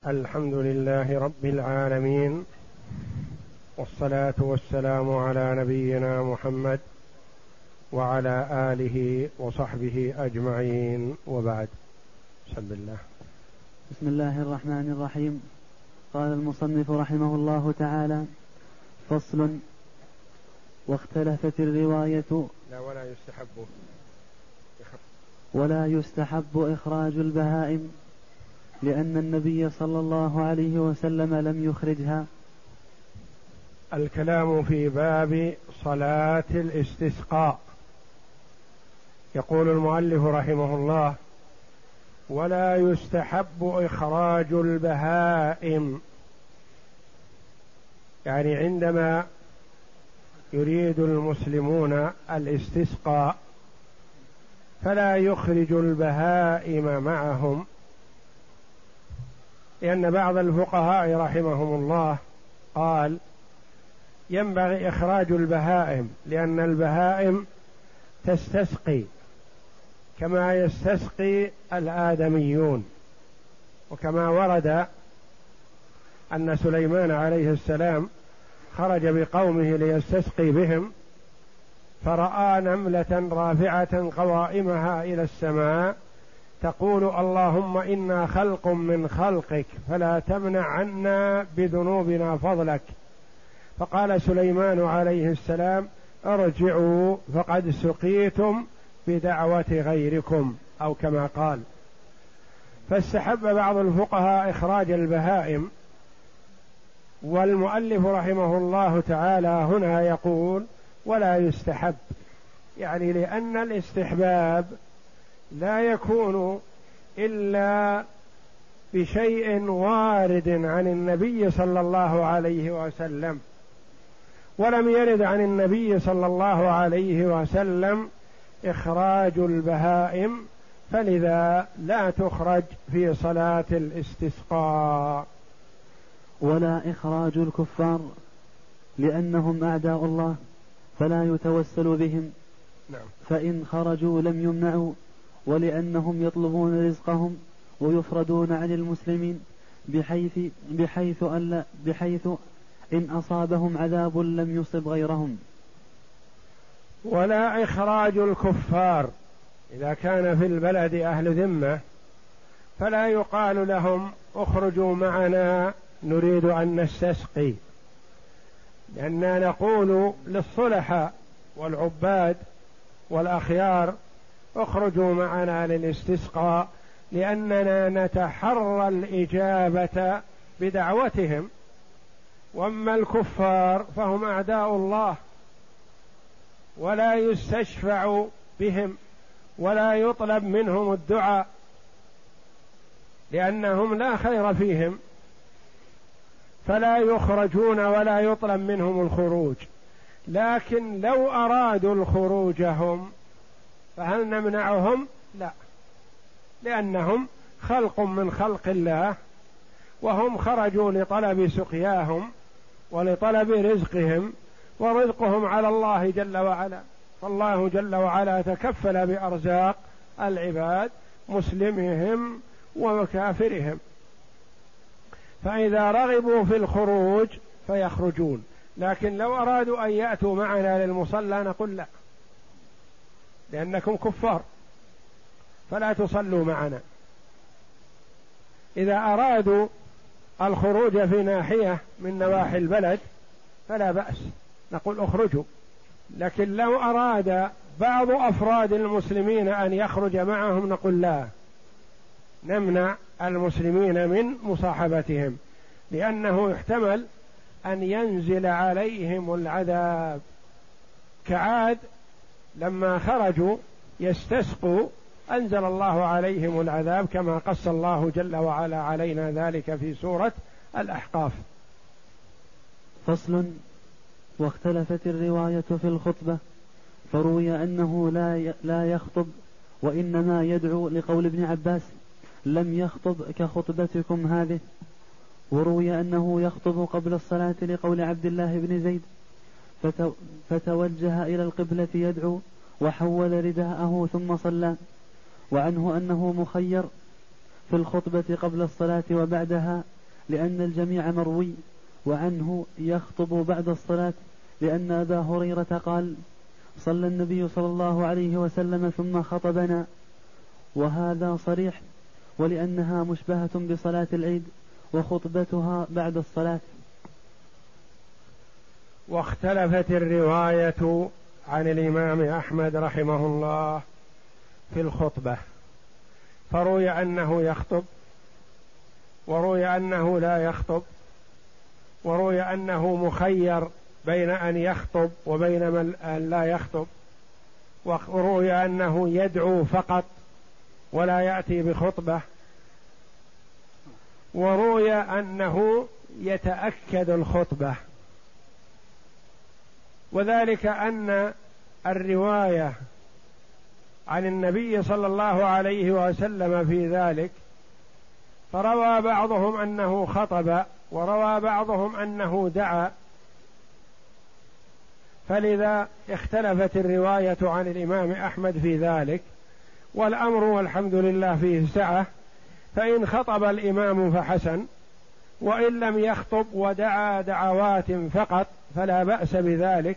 الحمد لله رب العالمين، والصلاة والسلام على نبينا محمد وعلى آله وصحبه أجمعين، وبعد. بسم الله الرحمن الرحيم. قال المصنف رحمه الله تعالى: فصل. واختلفت الرواية. ولا يستحب إخراج البهائم، لأن النبي صلى الله عليه وسلم لم يخرجها. الكلام في باب صلاة الاستسقاء. يقول المؤلف رحمه الله: ولا يستحب إخراج البهائم، يعني عندما يريد المسلمون الاستسقاء فلا يخرج البهائم معهم، لأن بعض الفقهاء رحمهم الله قال ينبغي إخراج البهائم، لأن البهائم تستسقي كما يستسقي الآدميون، وكما ورد أن سليمان عليه السلام خرج بقومه ليستسقي بهم، فرأى نملة رافعة قوائمها إلى السماء تقول: اللهم إنا خلق من خلقك فلا تمنع عنا بذنوبنا فضلك. فقال سليمان عليه السلام: ارجعوا فقد سقيتم بدعوة غيركم، أو كما قال. فاستحب بعض الفقهاء إخراج البهائم، والمؤلف رحمه الله تعالى هنا يقول: ولا يستحب، يعني لأن الاستحباب لا يكون إلا بشيء وارد عن النبي صلى الله عليه وسلم، ولم يرد عن النبي صلى الله عليه وسلم إخراج البهائم، فلذا لا تخرج في صلاة الاستسقاء. ولا إخراج الكفار، لأنهم أعداء الله فلا يتوسل بهم. نعم. فإن خرجوا لم يمنعوا، ولأنهم يطلبون رزقهم ويفردون عن المسلمين بحيث إن أصابهم عذاب لم يصب غيرهم. ولا إخراج الكفار، إذا كان في البلد أهل ذمة فلا يقال لهم اخرجوا معنا نريد أن نستسقي، لأننا نقول للصلحاء والعباد والأخيار: اخرجوا معنا للاستسقاء، لأننا نتحرى الإجابة بدعوتهم. واما الكفار فهم أعداء الله، ولا يستشفع بهم ولا يطلب منهم الدعاء، لأنهم لا خير فيهم، فلا يخرجون ولا يطلب منهم الخروج. لكن لو أرادوا الخروج هم فهل نمنعهم؟ لا، لأنهم خلق من خلق الله، وهم خرجوا لطلب سقياهم ولطلب رزقهم، ورزقهم على الله جل وعلا، فالله جل وعلا تكفل بأرزاق العباد مسلمهم وكافرهم، فإذا رغبوا في الخروج فيخرجون. لكن لو أرادوا أن يأتوا معنا للمصلى نقول لا، لأنكم كفار فلا تصلوا معنا. إذا أرادوا الخروج في ناحية من نواحي البلد فلا بأس، نقول اخرجوا. لكن لو أراد بعض أفراد المسلمين أن يخرج معهم نقول لا، نمنع المسلمين من مصاحبتهم، لأنه يحتمل أن ينزل عليهم العذاب، كعاد لما خرجوا يستسقوا أنزل الله عليهم العذاب، كما قص الله جل وعلا علينا ذلك في سورة الأحقاف. فصل. واختلفت الرواية في الخطبة، فروي أنه لا يخطب وإنما يدعو، لقول ابن عباس: لم يخطب كخطبتكم هذه. وروي أنه يخطب قبل الصلاة، لقول عبد الله بن زيد: فتوجه إلى القبلة يدعو وحول رداءه ثم صلى. وعنه أنه مخير في الخطبة قبل الصلاة وبعدها لأن الجميع مروي، وعنه يخطب بعد الصلاة، لأن أبا هريرة قال: صلى النبي صلى الله عليه وسلم ثم خطبنا، وهذا صريح، ولأنها مشبهة بصلاة العيد وخطبتها بعد الصلاة. واختلفت الرواية عن الإمام أحمد رحمه الله في الخطبة، فروي أنه يخطب، وروي أنه لا يخطب، وروي أنه مخير بين أن يخطب وبين أن لا يخطب، وروي أنه يدعو فقط ولا يأتي بخطبة، وروي أنه يتأكد الخطبة. وذلك أن الرواية عن النبي صلى الله عليه وسلم في ذلك، فروى بعضهم أنه خطب، وروى بعضهم أنه دعا، فلذا اختلفت الرواية عن الإمام أحمد في ذلك. والأمر والحمد لله فيه سعة، فإن خطب الإمام فحسن، وإن لم يخطب ودعا دعوات فقط فلا بأس بذلك.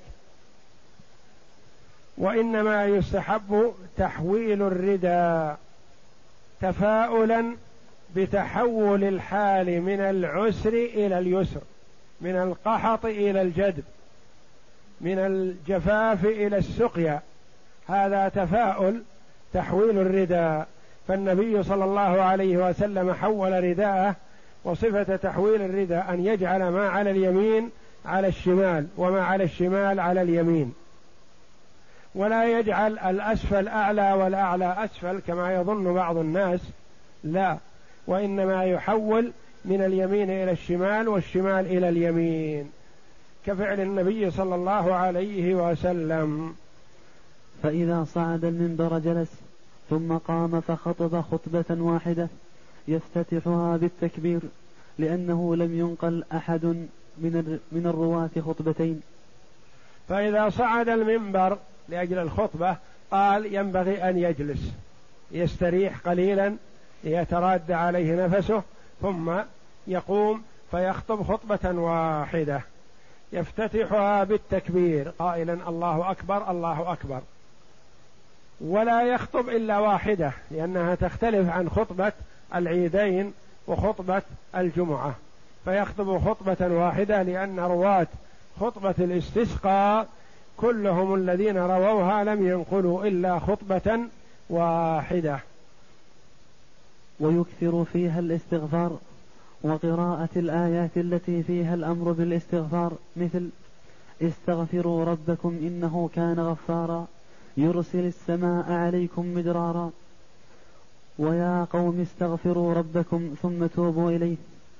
وإنما يستحب تحويل الرداء تفاؤلا بتحول الحال من العسر إلى اليسر، من القحط إلى الجدب، من الجفاف إلى السقيا، هذا تفاؤل تحويل الرداء. فالنبي صلى الله عليه وسلم حول رداءه، وصفة تحويل الرداء أن يجعل ما على اليمين على الشمال، وما على الشمال على اليمين، ولا يجعل الأسفل أعلى والأعلى أسفل كما يظن بعض الناس، لا، وإنما يحول من اليمين إلى الشمال والشمال إلى اليمين، كفعل النبي صلى الله عليه وسلم. فإذا صعد المنبر جلس، ثم قام فخطب خطبة واحدة يفتتحها بالتكبير، لأنه لم ينقل أحد من الرواة خطبتين. فإذا صعد المنبر لأجل الخطبة قال ينبغي أن يجلس يستريح قليلا ليتراد عليه نفسه، ثم يقوم فيخطب خطبة واحدة يفتتحها بالتكبير قائلا الله أكبر الله أكبر، ولا يخطب إلا واحدة، لأنها تختلف عن خطبة العيدين وخطبة الجمعة، فيخطب خطبة واحدة، لأن رواة خطبة الاستسقاء كلهم الذين رووها لم ينقلوا إلا خطبة واحدة. ويكثر فيها الاستغفار وقراءة الآيات التي فيها الأمر بالاستغفار، مثل: استغفروا ربكم إنه كان غفارا يرسل السماء عليكم مدرارا، ويا قوم استغفروا ربكم ثم توبوا إليه.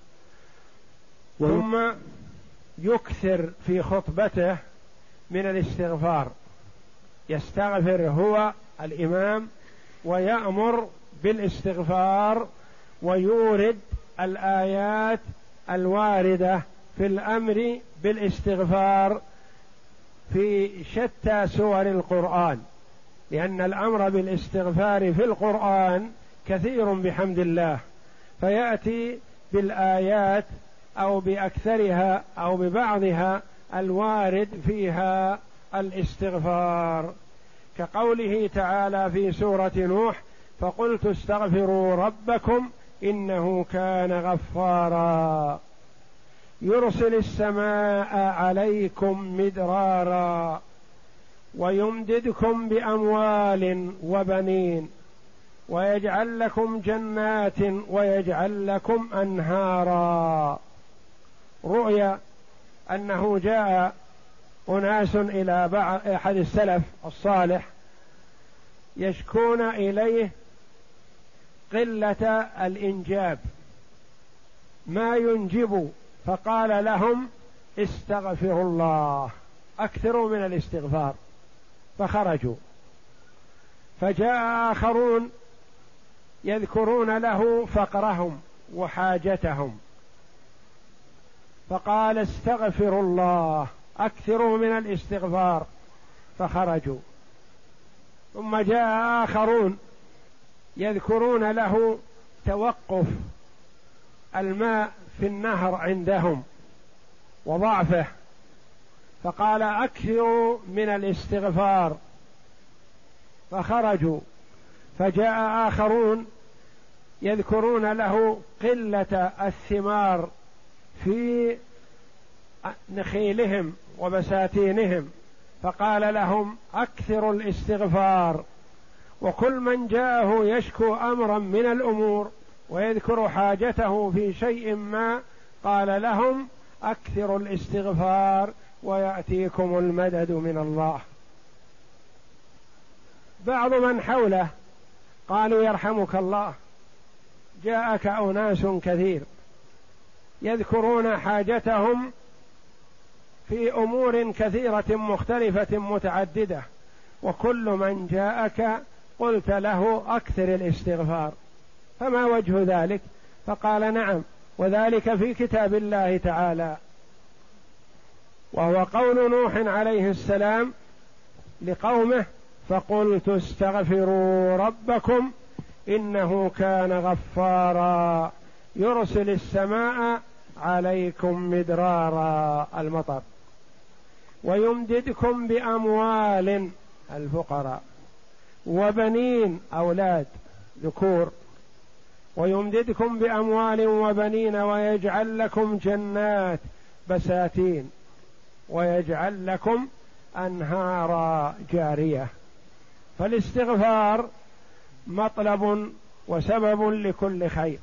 ثم يكثر في خطبته من الاستغفار، يستغفر هو الإمام ويأمر بالاستغفار، ويورد الآيات الواردة في الأمر بالاستغفار في شتى سور القرآن، لأن الأمر بالاستغفار في القرآن كثير بحمد الله، فيأتي بالآيات أو بأكثرها أو ببعضها الوارد فيها الاستغفار، كقوله تعالى في سورة نوح: فقلت استغفروا ربكم إنه كان غفارا يرسل السماء عليكم مدرارا ويمددكم بأموال وبنين ويجعل لكم جنات ويجعل لكم أنهارا. رؤيا أنه جاء أناس إلى أحد السلف الصالح يشكون إليه قلة الإنجاب، ما ينجب، فقال لهم: استغفروا الله، أكثروا من الاستغفار، فخرجوا. فجاء آخرون يذكرون له فقرهم وحاجتهم، فقال: استغفروا الله، أكثروا من الاستغفار، فخرجوا. ثم جاء آخرون يذكرون له توقف الماء في النهر عندهم وضعفه، فقال أكثروا من الاستغفار، فخرجوا، فجاء آخرون يذكرون له قلة الثمار في نخيلهم وبساتينهم، فقال لهم أكثروا الاستغفار. وكل من جاءه يشكو أمرا من الأمور ويذكر حاجته في شيء ما قال لهم أكثروا الاستغفار ويأتيكم المدد من الله. بعض من حوله قالوا يرحمك الله، جاءك أناس كثير يذكرون حاجتهم في أمور كثيرة مختلفة متعددة، وكل من جاءك قلت له أكثر الاستغفار، فما وجه ذلك؟ فقال نعم، وذلك في كتاب الله تعالى، وهو قول نوح عليه السلام لقومه فقلت استغفروا ربكم إنه كان غفارا يرسل السماء عليكم مدرارا، المطر، ويمددكم بأموال، الفقراء، وبنين، أولاد ذكور، ويمددكم بأموال وبنين ويجعل لكم جنات بساتين ويجعل لكم أنهارا جارية. فالاستغفار مطلب وسبب لكل خير.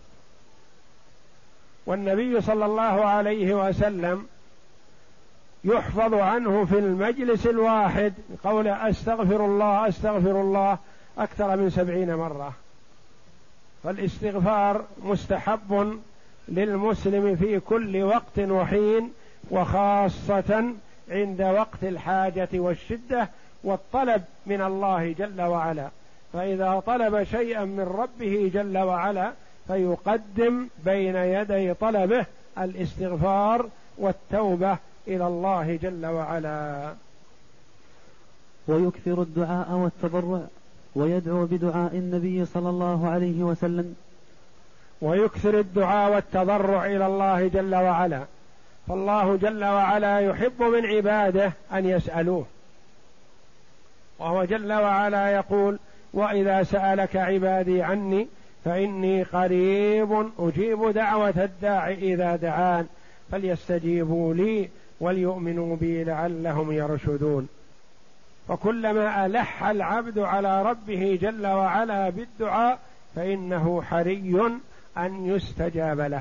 والنبي صلى الله عليه وسلم يحفظ عنه في المجلس الواحد قول أستغفر الله أستغفر الله أكثر من 70 مرة. فالاستغفار مستحب للمسلم في كل وقت وحين، وخاصة عند وقت الحاجة والشدة والطلب من الله جل وعلا. فإذا طلب شيئا من ربه جل وعلا فيقدم بين يدي طلبه الاستغفار والتوبة إلى الله جل وعلا. ويكثر الدعاء والتضرع ويدعو بدعاء النبي صلى الله عليه وسلم. ويكثر الدعاء والتضرع إلى الله جل وعلا، فالله جل وعلا يحب من عباده أن يسألوه، وهو جل وعلا يقول وإذا سألك عبادي عني فإني قريب أجيب دعوة الداع إذا دعان فليستجيبوا لي وليؤمنوا بي لعلهم يرشدون. فكلما ألح العبد على ربه جل وعلا بالدعاء فإنه حري أن يستجاب له،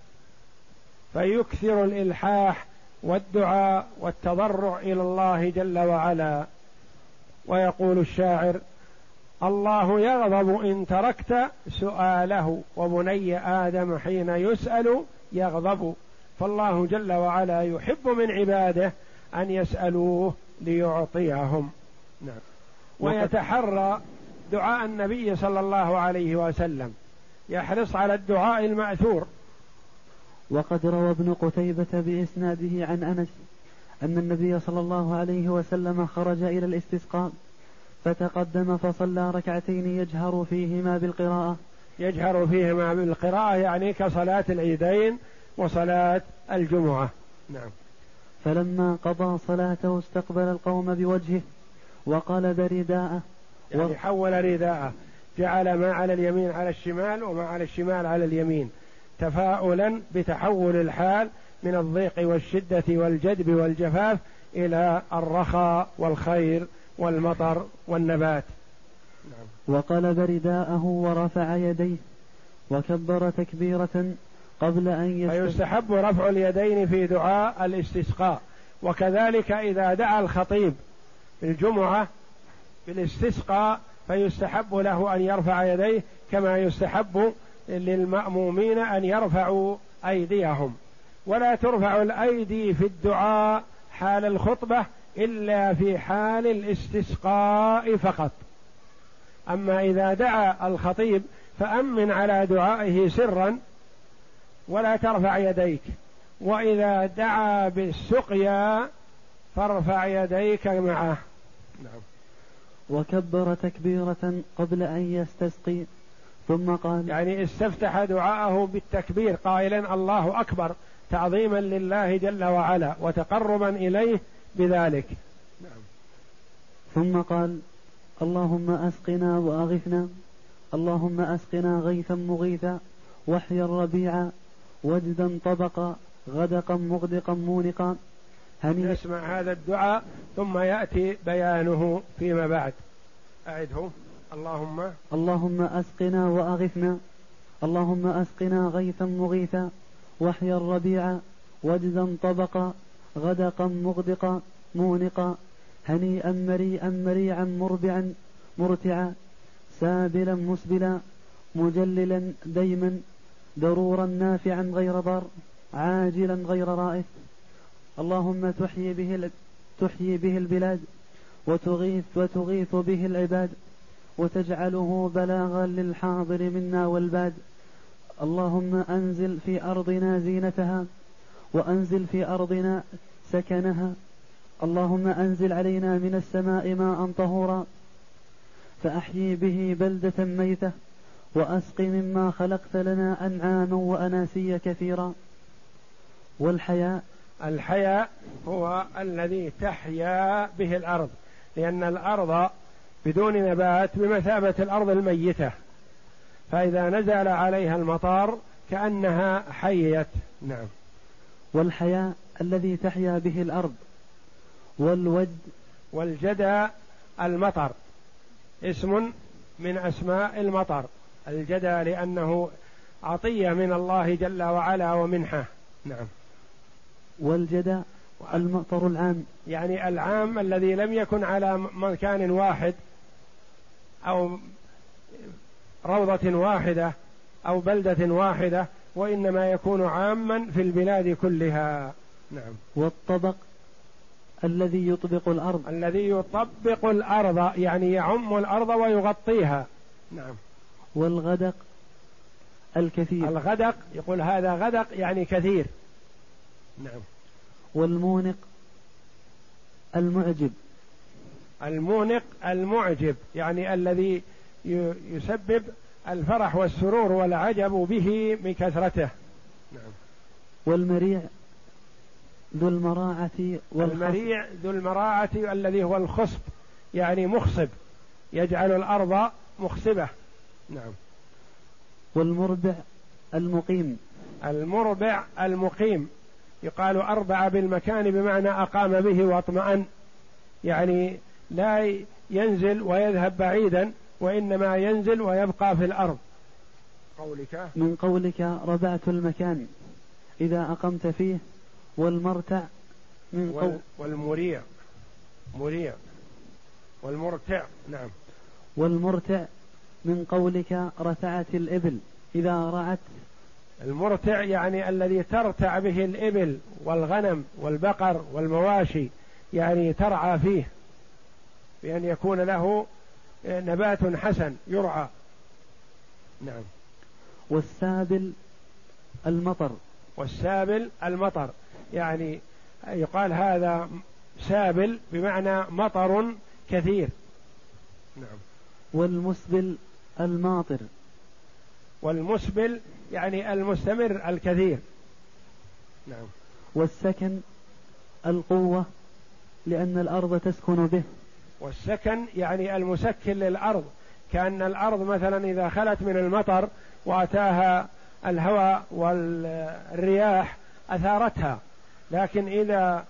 فيكثر الإلحاح والدعاء والتضرع إلى الله جل وعلا. ويقول الشاعر الله يغضب إن تركت سؤاله وبني آدم حين يسأل يغضب. فالله جل وعلا يحب من عباده أن يسألوه ليعطيهم. نعم. ويتحرى دعاء النبي صلى الله عليه وسلم، يحرص على الدعاء المأثور. وقد روى ابن قتيبة بإسناده عن أنس أن النبي صلى الله عليه وسلم خرج إلى الاستسقاء فتقدم فصلى ركعتين يجهر فيهما بالقراءة. يجهر فيهما بالقراءة يعني كصلاة العيدين وصلاة الجمعة. نعم. فلما قضى صلاته استقبل القوم بوجهه وقلب رداءه، يعني حول رداءه، جعل ما على اليمين على الشمال وما على الشمال على اليمين، تفاؤلا بتحول الحال من الضيق والشدة والجدب والجفاف إلى الرخاء والخير والمطر والنبات. نعم. وقلب رداءه ورفع يديه وكبر تكبيرة قبل أن فيستحب رفع اليدين في دعاء الاستسقاء، وكذلك إذا دعا الخطيب الجمعة بالاستسقاء فيستحب له أن يرفع يديه كما يستحب للمأمومين أن يرفعوا أيديهم. ولا ترفع الأيدي في الدعاء حال الخطبة إلا في حال الاستسقاء فقط. أما إذا دعا الخطيب فأمن على دعائه سرا ولا ترفع يديك، وإذا دعا بالسقيا فارفع يديك معه. نعم. وكبر تكبيرة قبل أن يستسقي ثم قال يعني استفتح دعاءه بالتكبير قائلا الله أكبر تعظيما لله جل وعلا وتقربا إليه بذلك. ثم قال اللهم أسقنا وأغثنا، اللهم أسقنا غيثا مغيثا، وحيا ربيعا، وجدا طبقا، غدقا مغدقا مونقا. نسمع هذا الدعاء ثم يأتي بيانه فيما بعد. أعده. اللهم أسقنا وأغثنا، اللهم أسقنا غيثا مغيثا، وحيا ربيعا، وجدا طبقا، غدقا مغدقا مونقا، هنيئا مريئا مريعا مربعا مرتعا، سابلا مسبلا، مجللا ديما، درورا نافعا غير ضار، عاجلا غير رائف. اللهم تحيي به البلاد، وتغيث به العباد، وتجعله بلاغا للحاضر منا والباد. اللهم أنزل في أرضنا زينتها، وأنزل في أرضنا سكنها. اللهم أنزل علينا من السماء ماء طهورا، فأحيي به بلدة ميتة، وأسق مما خلقت لنا أنعاما وأناسيا كثيرا. الحياء هو الذي تحيا به الأرض، لأن الأرض بدون نبات بمثابة الأرض الميتة، فإذا نزل عليها المطر كأنها حيت. نعم. والحياء الذي تحيا به الأرض. والجدى المطر، اسم من أسماء المطر، الجدى لأنه عطية من الله جل وعلا ومنحه. نعم. والجدى المطر العام، يعني العام الذي لم يكن على مكان واحد أو روضة واحدة أو بلدة واحدة، وإنما يكون عاما في البلاد كلها. نعم. والطبق الذي يطبق الأرض، الذي يطبق الأرض يعني يعم الأرض ويغطيها. نعم. والغدق الكثير، الغدق يقول هذا غدق يعني كثير. نعم. والمونق المعجب، المونق المعجب يعني الذي يسبب الفرح والسرور والعجب به من كثرته. نعم. والمريع ذو المراعة المريع ذو المراعة الذي هو الخصب يعني مخصب، يجعل الأرض مخصبة. نعم. والمربع المقيم، المربع المقيم يقال أربع بالمكان بمعنى أقام به واطمأن، يعني لا ينزل ويذهب بعيدا وإنما ينزل ويبقى في الأرض. من قولك ربعت المكان إذا أقمت فيه. والمرتع من والمريع مريع والمرتع. نعم. والمرتع من قولك رتعت الإبل إذا رعت. المرتع يعني الذي ترتع به الإبل والغنم والبقر والمواشي، يعني ترعى فيه بأن يكون له نبات حسن يرعى. نعم. والسابل المطر، والسابل المطر يعني يقال هذا سابل بمعنى مطر كثير. نعم. والمسبل الماطر، والمسبل يعني المستمر الكثير. نعم. والسكن القوة لأن الأرض تسكن به. والسكن يعني المسكن للأرض، كأن الأرض مثلا إذا خلت من المطر وأتاها الهواء والرياح أثارتها، لكن إذا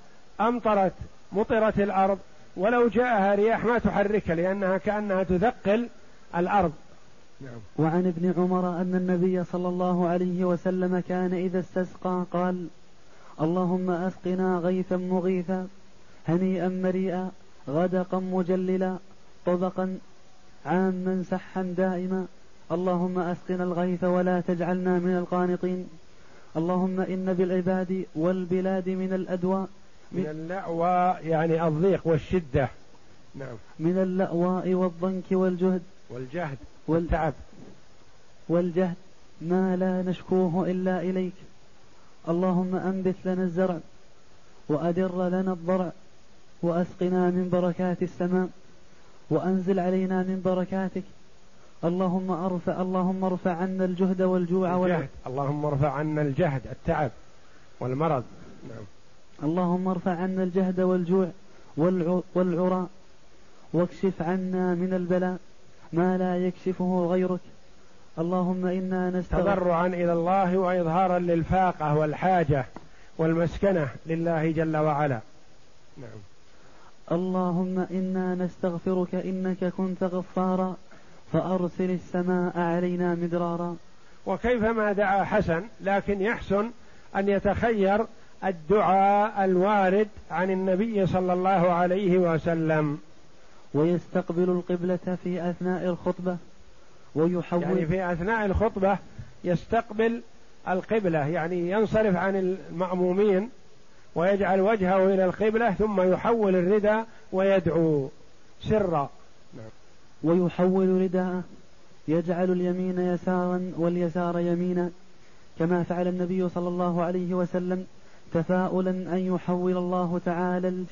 مطرت الأرض ولو جاءها رياح ما تحركها لأنها كأنها تثقل الأرض. نعم. وعن ابن عمر أن النبي صلى الله عليه وسلم كان إذا استسقى قال اللهم أسقنا غيثا مغيثا، هنيئا مريئا، غدقا مجللا، طبقا عاما سحا دائما، اللهم أسقنا الغيث ولا تجعلنا من القانطين. اللهم إن بالعباد والبلاد من الأدواء، من اللأواء يعني الضيق والشدة. نعم. من اللأواء والضنك والجهد والجهد والتعب والجهد ما لا نشكوه إلا إليك. اللهم أنبت لنا الزرع وأدر لنا الضرع، وأسقنا من بركات السماء، وأنزل علينا من بركاتك، اللهم ارفع عنا الجهد والجوع الجهد. اللهم ارفع عنا الجهد التعب والمرض. نعم. اللهم ارفع عنا الجهد والجوع والعرى واكشف عنا من البلاء ما لا يكشفه غيرك. اللهم إنا نستغفرك تضرعا إلى الله وإظهارا للفاقة والحاجة والمسكنة لله جل وعلا. نعم. اللهم إنا نستغفرك إنك كنت غفارا فأرسل السماء علينا مدرارا. وكيفما دعا حسن، لكن يحسن أن يتخير الدعاء الوارد عن النبي صلى الله عليه وسلم. ويستقبل القبلة في أثناء الخطبة ويحول، يعني في أثناء الخطبة يستقبل القبلة، يعني ينصرف عن المأمومين ويجعل وجهه إلى القبلة ثم يحول الرداء ويدعو سرا. ويحول رداءه يجعل اليمين يسارا واليسار يمينا كما فعل النبي صلى الله عليه وسلم تفاؤلا أن يحول الله تعالى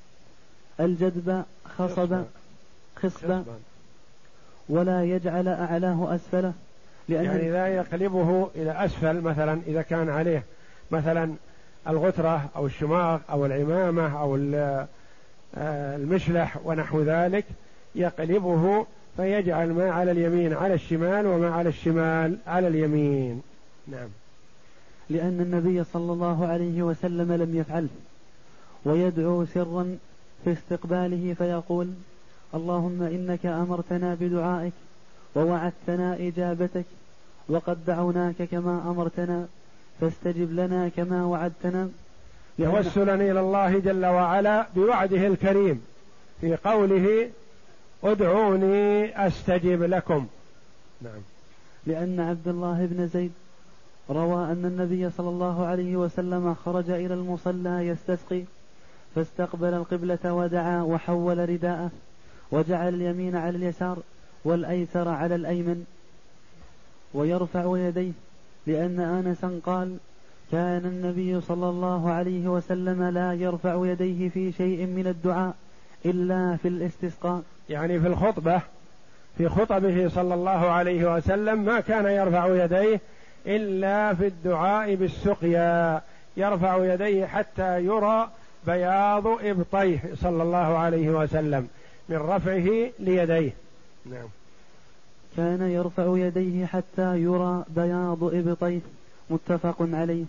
الجدب خصبا ولا يجعل أعلاه أسفله، يعني لا يقلبه إلى أسفل. مثلا إذا كان عليه مثلا الغترة أو الشماغ أو العمامة أو المشلح ونحو ذلك، يقلبه فيجعل ما على اليمين على الشمال وما على الشمال على اليمين. نعم. لأن النبي صلى الله عليه وسلم لم يفعله، ويدعو سرا في استقباله فيقول اللهم إنك أمرتنا بدعائك ووعدتنا إجابتك وقد دعوناك كما أمرتنا فاستجب لنا كما وعدتنا، توسلا إلى الله جل وعلا بوعده الكريم في قوله ادعوني أستجب لكم. نعم. لأن عبد الله بن زيد روى أن النبي صلى الله عليه وسلم خرج إلى المصلى يستسقي فاستقبل القبلة ودعا وحول رداءه وجعل اليمين على اليسار والأيسر على الأيمن ويرفع يديه، لأن أنسا قال كان النبي صلى الله عليه وسلم لا يرفع يديه في شيء من الدعاء إلا في الاستسقاء. يعني في الخطبة، في خطبه صلى الله عليه وسلم ما كان يرفع يديه إلا في الدعاء بالسقيا، يرفع يديه حتى يرى بياض إبطيه صلى الله عليه وسلم من رفعه ليديه. نعم. كان يرفع يديه حتى يرى بياض إبطيه، متفق عليه.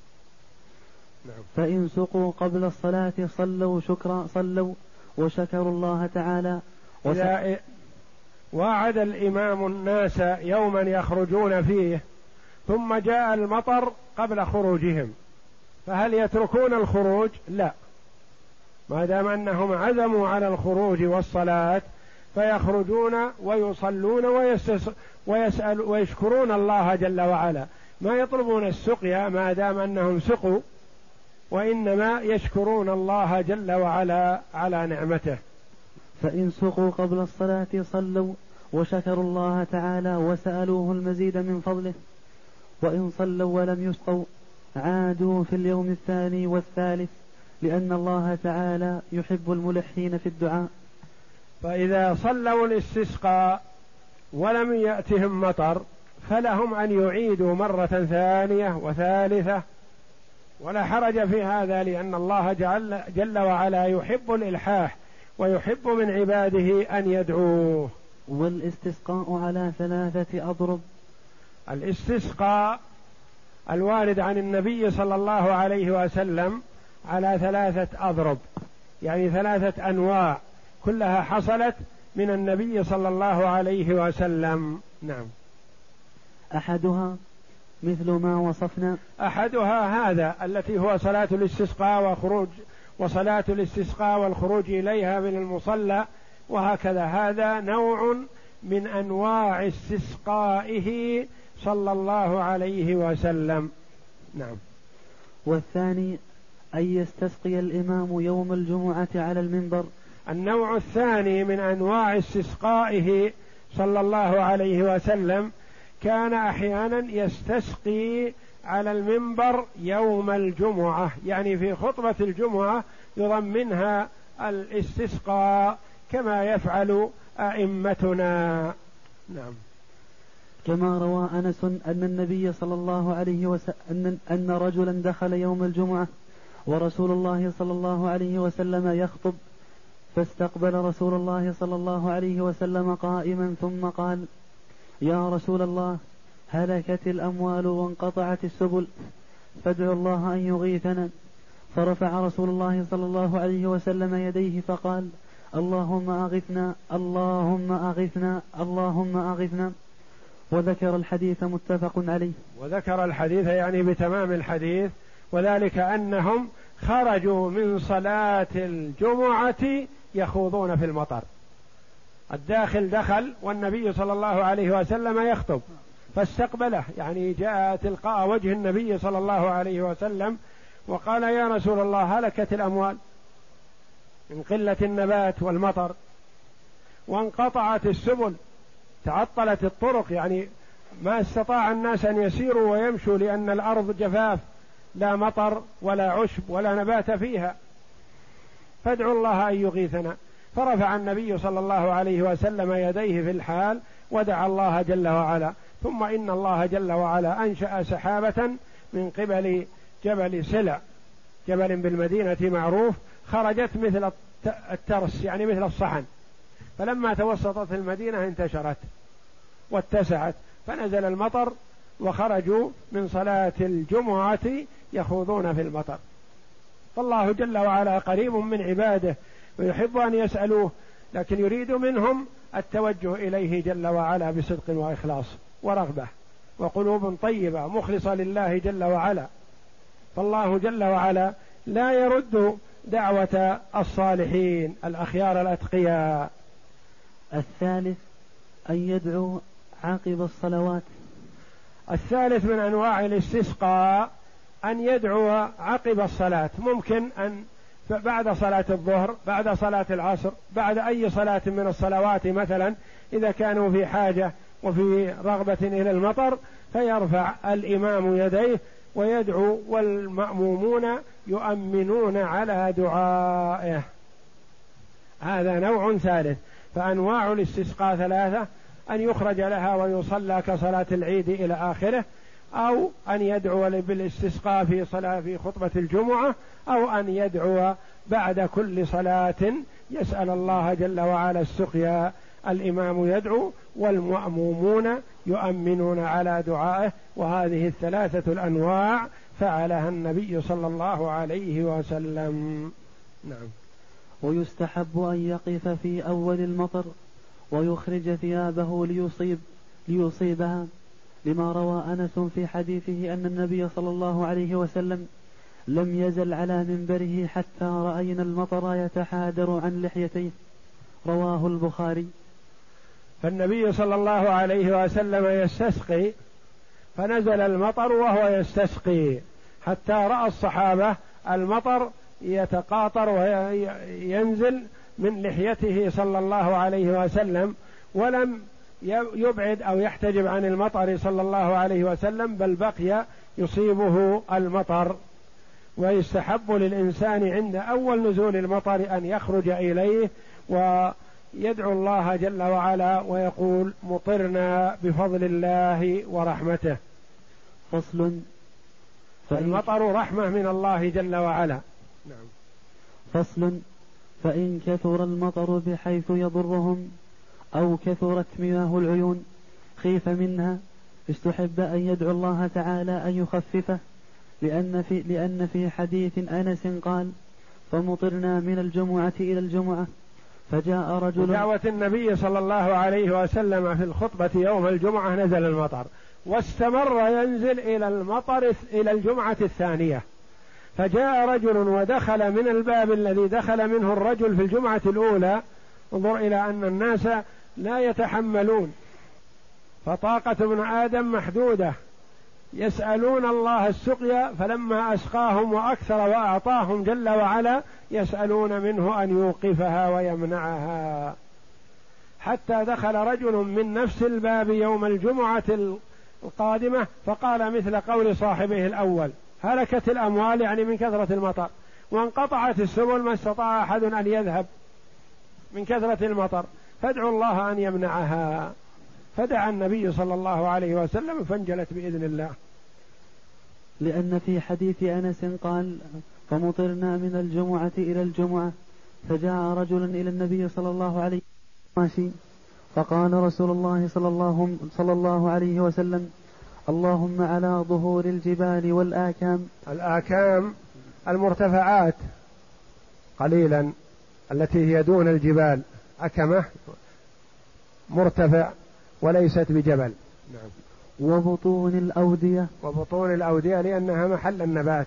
نعم. فإن سقوا قبل الصلاة صلوا وشكروا الله تعالى. إذا وعد الإمام الناس يوما يخرجون فيه ثم جاء المطر قبل خروجهم، فهل يتركون الخروج؟ لا، ما دام أنهم عزموا على الخروج والصلاة فيخرجون ويصلون ويشكرون الله جل وعلا، ما يطلبون السقيا ما دام أنهم سقوا، وإنما يشكرون الله جل وعلا على نعمته. فإن سقوا قبل الصلاة صلوا وشكروا الله تعالى وسألوه المزيد من فضله، وإن صلوا ولم يسقوا عادوا في اليوم الثاني والثالث، لأن الله تعالى يحب الملحين في الدعاء. فإذا صلوا الاستسقاء ولم يأتهم مطر فلهم أن يعيدوا مرة ثانية وثالثة، ولا حرج في هذا، لأن الله جل وعلا يحب الإلحاح ويحب من عباده أن يدعوه. والاستسقاء على 3 أضرب. الاستسقاء الوارد عن النبي صلى الله عليه وسلم على 3 أضرب، يعني 3 أنواع كلها حصلت من النبي صلى الله عليه وسلم. نعم. أحدها مثل ما وصفنا. أحدها هذا التي هو صلاة الاستسقاء وصلاة الاستسقاء والخروج إليها من المصلى، وهكذا هذا نوع من أنواع استسقائه صلى الله عليه وسلم. نعم. والثاني أن يستسقي الإمام يوم الجمعة على المنبر. النوع الثاني من أنواع استسقائه صلى الله عليه وسلم كان أحيانا يستسقي على المنبر يوم الجمعة، يعني في خطبة الجمعة يضمنها الاستسقاء كما يفعل أئمتنا. نعم. كما روى أنس أن النبي صلى الله عليه وسلم أن رجلا دخل يوم الجمعة ورسول الله صلى الله عليه وسلم يخطب، فاستقبل رسول الله صلى الله عليه وسلم قائما ثم قال: يا رسول الله، هلكت الأموال وانقطعت السبل، فادعوا الله أن يغيثنا. فرفع رسول الله صلى الله عليه وسلم يديه فقال: اللهم أغثنا، اللهم أغثنا، اللهم أغثنا. وذكر الحديث متفق عليه. وذكر الحديث يعني بتمام الحديث، وذلك أنهم خرجوا من صلاة الجمعة يخوضون في المطر. الداخل دخل والنبي صلى الله عليه وسلم يخطب فاستقبله، يعني جاء تلقاء وجه النبي صلى الله عليه وسلم وقال: يا رسول الله، هلكت الأموال من قلة النبات والمطر، وانقطعت السبل، تعطلت الطرق، يعني ما استطاع الناس أن يسيروا ويمشوا لأن الأرض جفاف، لا مطر ولا عشب ولا نبات فيها، فادعوا الله أن يغيثنا. فرفع النبي صلى الله عليه وسلم يديه في الحال ودعا الله جل وعلا، ثم إن الله جل وعلا أنشأ سحابة من قبل جبل سلع، جبل بالمدينة معروف، خرجت مثل الترس، يعني مثل الصحن، فلما توسطت المدينة انتشرت واتسعت، فنزل المطر وخرجوا من صلاة الجمعة يخوضون في المطر. فالله جل وعلا قريب من عباده ويحب أن يسألوه، لكن يريد منهم التوجه إليه جل وعلا بصدق وإخلاص ورغبة وقلوب طيبة مخلصة لله جل وعلا. فالله جل وعلا لا يرد دعوة الصالحين الأخيار الأتقياء. الثالث أن يدعو عقب الصلوات. الثالث من أنواع الاستسقاء أن يدعو عقب الصلاة، ممكن أن بعد صلاة الظهر، بعد صلاة العصر، بعد أي صلاة من الصلوات، مثلا إذا كانوا في حاجة وفي رغبة إلى المطر، فيرفع الإمام يديه ويدعو والمأمومون يؤمنون على دعائه. هذا نوع ثالث. فأنواع الاستسقاء ثلاثة: أن يخرج لها ويصلى كصلاة العيد إلى آخره، أو أن يدعو بالاستسقاء في خطبة الجمعة، أو أن يدعو بعد كل صلاة يسأل الله جل وعلا السقيا. الإمام يدعو والمأمومون يؤمنون على دعائه. وهذه الثلاثة الأنواع فعلها النبي صلى الله عليه وسلم. نعم. ويستحب أن يقف في أول المطر ويخرج ثيابه ليصيبها، لما روى أنس في حديثه أن النبي صلى الله عليه وسلم لم يزل على منبره حتى رأينا المطر يتحادر عن لحيتيه، رواه البخاري. فالنبي صلى الله عليه وسلم يستسقي، فنزل المطر وهو يستسقي حتى رأى الصحابة المطر يتقاطر وينزل من لحيته صلى الله عليه وسلم، ولم يبعد أو يحتجب عن المطر صلى الله عليه وسلم، بل بقي يصيبه المطر. ويستحب للإنسان عند أول نزول المطر أن يخرج إليه ويدعو الله جل وعلا ويقول: مطرنا بفضل الله ورحمته. فصل. فالمطر رحمة من الله جل وعلا. نعم. فصل. فإن كثر المطر بحيث يضرهم أو كثرت مياه العيون خيف منها، استحب أن يدعو الله تعالى أن يخففه، لأن في حديث أنس قال: فمطرنا من الجمعة إلى الجمعة. فجاء رجل. دعوة النبي صلى الله عليه وسلم في الخطبة يوم الجمعة نزل المطر، واستمر ينزل إلى الجمعة الثانية. فجاء رجل ودخل من الباب الذي دخل منه الرجل في الجمعة الأولى. انظر إلى أن الناس لا يتحملون، فطاقة ابن آدم محدودة، يسألون الله السقيا، فلما أسقاهم وأكثر وأعطاهم جل وعلا يسألون منه أن يوقفها ويمنعها، حتى دخل رجل من نفس الباب يوم الجمعة القادمة فقال مثل قول صاحبه الأول: هلكت الأموال، يعني من كثرة المطر، وانقطعت السبل، ما استطاع أحد أن يذهب من كثرة المطر، فادعوا الله أن يمنعها. فدعا النبي صلى الله عليه وسلم فانجلت بإذن الله. لأن في حديث أنس قال: فمطرنا من الجمعة إلى الجمعة، فجاء رجل إلى النبي صلى الله عليه وسلم فقال رسول الله صلى الله عليه وسلم: اللهم على ظهور الجبال والآكام. الآكام المرتفعات قليلا التي هي دون الجبال، أكمة مرتفع وليست بجبل. نعم. وبطون الأودية. وبطون الأودية لأنها محل النبات.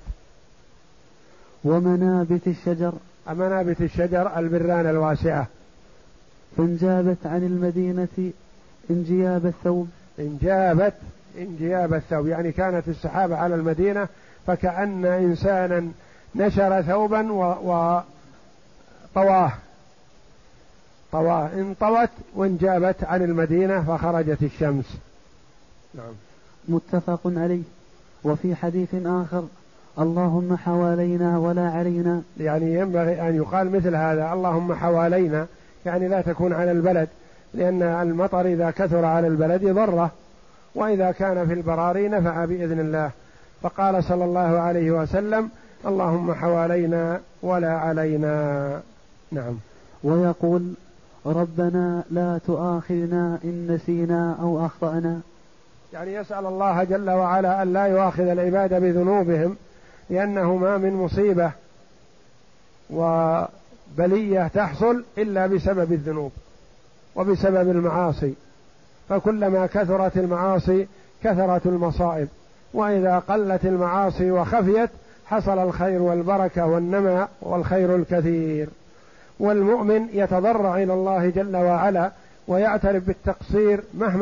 ومنابت الشجر. منابت الشجر البران الواسعة. فانجابت عن المدينة انجياب الثوب. انجياب الثوب يعني كانت السحابة على المدينة فكأن إنسانا نشر ثوبا وطواه انطوت وانجابت عن المدينة فخرجت الشمس. نعم. متفق عليه. وفي حديث آخر: اللهم حوالينا ولا علينا. يعني ينبغي أن يقال مثل هذا: اللهم حوالينا، يعني لا تكون على البلد، لأن المطر إذا كثر على البلد ضره، وإذا كان في البراري نفع بإذن الله. فقال صلى الله عليه وسلم: اللهم حوالينا ولا علينا. نعم. ويقول: ربنا لا تؤاخذنا إن نسينا أو أخطأنا. يعني يسأل الله جل وعلا أن لا يؤاخذ العباد بذنوبهم، لأنه ما من مصيبة وبلية تحصل إلا بسبب الذنوب وبسبب المعاصي، فكلما كثرت المعاصي كثرت المصائب، وإذا قلت المعاصي وخفيت حصل الخير والبركة والنماء والخير الكثير. والمؤمن يتضرع إلى الله جل وعلا ويعترف بالتقصير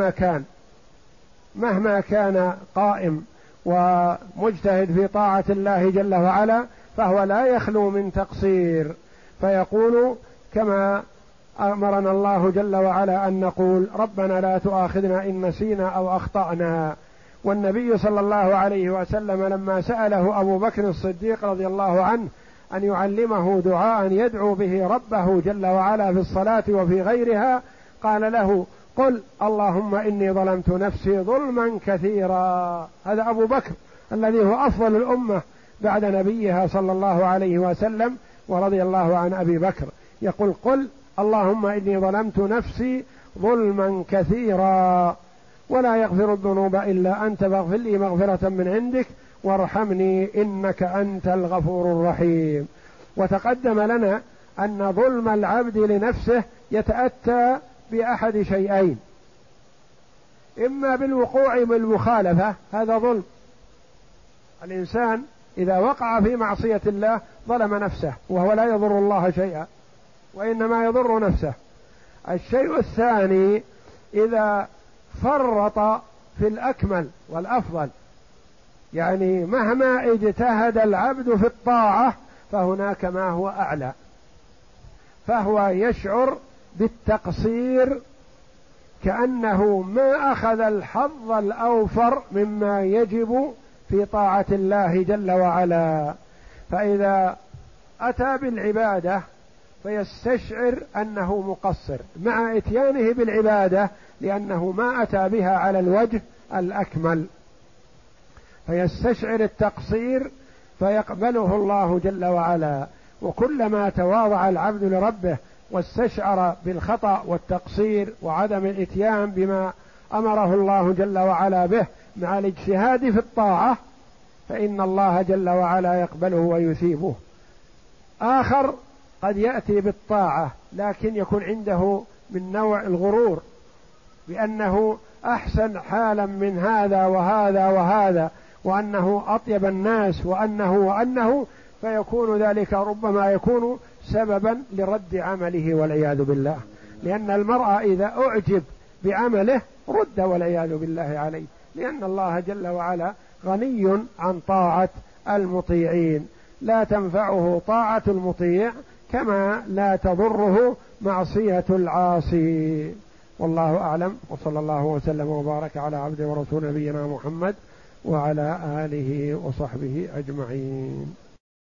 مهما كان قائم ومجتهد في طاعة الله جل وعلا، فهو لا يخلو من تقصير، فيقول كما أمرنا الله جل وعلا أن نقول: ربنا لا تؤاخذنا إن نسينا أو أخطأنا. والنبي صلى الله عليه وسلم لما سأله أبو بكر الصديق رضي الله عنه أن يعلمه دعاء يدعو به ربه جل وعلا في الصلاة وفي غيرها، قال له: قل اللهم إني ظلمت نفسي ظلما كثيرا. هذا أبو بكر الذي هو أفضل الأمة بعد نبيها صلى الله عليه وسلم، ورضي الله عن أبي بكر، يقول: قل اللهم إني ظلمت نفسي ظلما كثيرا ولا يغفر الذنوب إلا أنت فاغفر لي مغفرة من عندك وارحمني إنك أنت الغفور الرحيم. وتقدم لنا أن ظلم العبد لنفسه يتأتى بأحد شيئين: إما بالوقوع بالمخالفة، هذا ظلم، الإنسان إذا وقع في معصية الله ظلم نفسه وهو لا يضر الله شيئا وإنما يضر نفسه. الشيء الثاني: إذا فرط في الأكمل والأفضل، يعني مهما اجتهد العبد في الطاعة فهناك ما هو أعلى، فهو يشعر بالتقصير كأنه ما أخذ الحظ الأوفر مما يجب في طاعة الله جل وعلا. فإذا أتى بالعبادة فيستشعر أنه مقصر مع إتيانه بالعبادة، لأنه ما أتى بها على الوجه الأكمل، فيستشعر التقصير فيقبله الله جل وعلا. وكلما تواضع العبد لربه واستشعر بالخطأ والتقصير وعدم الإتيان بما أمره الله جل وعلا به مع الاجتهاد في الطاعة، فإن الله جل وعلا يقبله ويثيبه. آخر قد يأتي بالطاعة لكن يكون عنده من نوع الغرور بأنه أحسن حالا من هذا وهذا وهذا، وأنه أطيب الناس وأنه فيكون ذلك ربما يكون سببا لرد عمله والعياذ بالله، لأن المرء إذا أعجب بعمله رد والعياذ بالله عليه، لأن الله جل وعلا غني عن طاعة المطيعين، لا تنفعه طاعة المطيع كما لا تضره معصية العاصي. والله أعلم، وصلى الله وسلم وبارك على عبده ورسول نبينا محمد وعلى آله وصحبه أجمعين.